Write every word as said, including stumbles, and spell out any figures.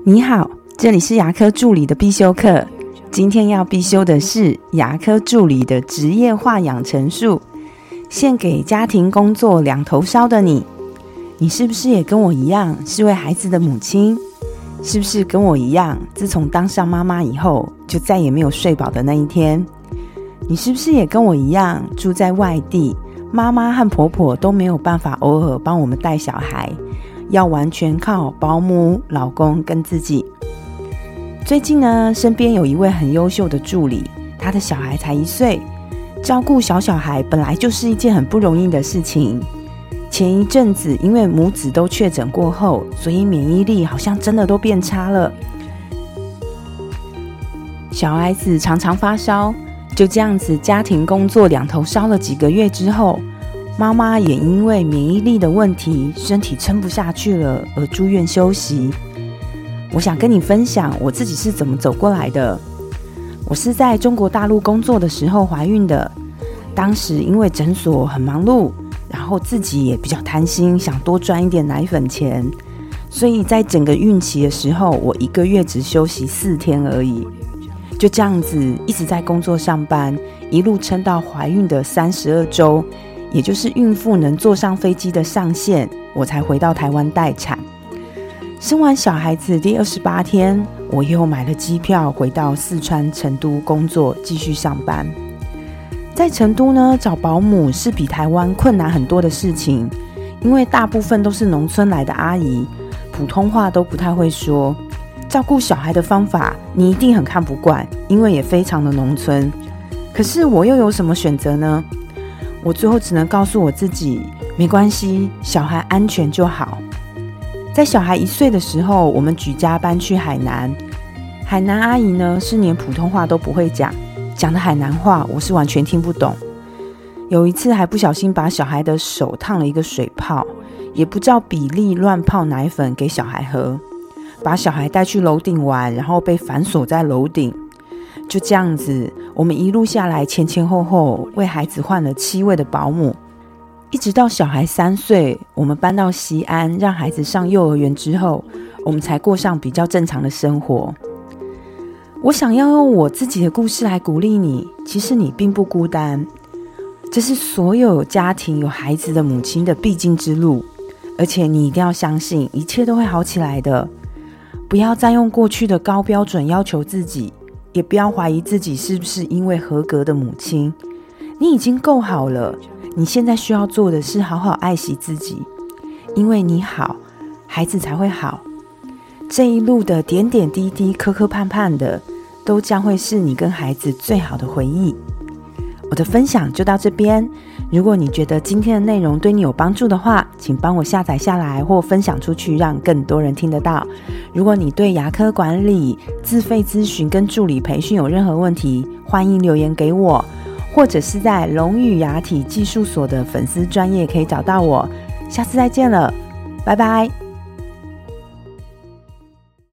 你好，这里是牙科助理的必修课。今天要必修的是牙科助理的职业化养成术，献给家庭工作两头烧的你。你是不是也跟我一样是位孩子的母亲？是不是跟我一样，自从当上妈妈以后就再也没有睡饱的那一天？你是不是也跟我一样住在外地，妈妈和婆婆都没有办法偶尔帮我们带小孩，要完全靠保姆、老公跟自己？最近呢，身边有一位很优秀的助理，他的小孩才一岁，照顾小小孩本来就是一件很不容易的事情。前一阵子因为母子都确诊过后，所以免疫力好像真的都变差了，小孩子常常发烧，就这样子家庭工作两头烧了几个月之后，妈妈也因为免疫力的问题，身体撑不下去了而住院休息。我想跟你分享我自己是怎么走过来的。我是在中国大陆工作的时候怀孕的，当时因为诊所很忙碌，然后自己也比较贪心，想多赚一点奶粉钱，所以在整个孕期的时候，我一个月只休息四天而已。就这样子一直在工作上班，一路撑到怀孕的三十二周，也就是孕妇能坐上飞机的上限，我才回到台湾待产。生完小孩子第二十八天，我又买了机票回到四川成都工作，继续上班。在成都呢，找保姆是比台湾困难很多的事情，因为大部分都是农村来的阿姨，普通话都不太会说。照顾小孩的方法你一定很看不惯，因为也非常的农村。可是我又有什么选择呢？我最后只能告诉我自己，没关系，小孩安全就好。在小孩一岁的时候，我们举家搬去海南。海南阿姨呢，是连普通话都不会讲，讲的海南话我是完全听不懂。有一次还不小心把小孩的手烫了一个水泡，也不照比例乱泡奶粉给小孩喝，把小孩带去楼顶玩，然后被反锁在楼顶。就这样子，我们一路下来前前后后为孩子换了七位的保姆，一直到小孩三岁，我们搬到西安，让孩子上幼儿园之后，我们才过上比较正常的生活。我想要用我自己的故事来鼓励你，其实你并不孤单，这是所有有家庭有孩子的母亲的必经之路，而且你一定要相信，一切都会好起来的。不要再用过去的高标准要求自己，也不要怀疑自己是不是因为合格的母亲，你已经够好了。你现在需要做的是好好爱惜自己，因为你好，孩子才会好。这一路的点点滴滴、磕磕绊绊的，都将会是你跟孩子最好的回忆。我的分享就到这边，如果你觉得今天的内容对你有帮助的话，请帮我下载下来或分享出去，让更多人听得到。如果你对牙科管理、自费咨询跟助理培训有任何问题，欢迎留言给我，或者是在龙语牙体技术所的粉丝专页可以找到我。下次再见了，拜拜。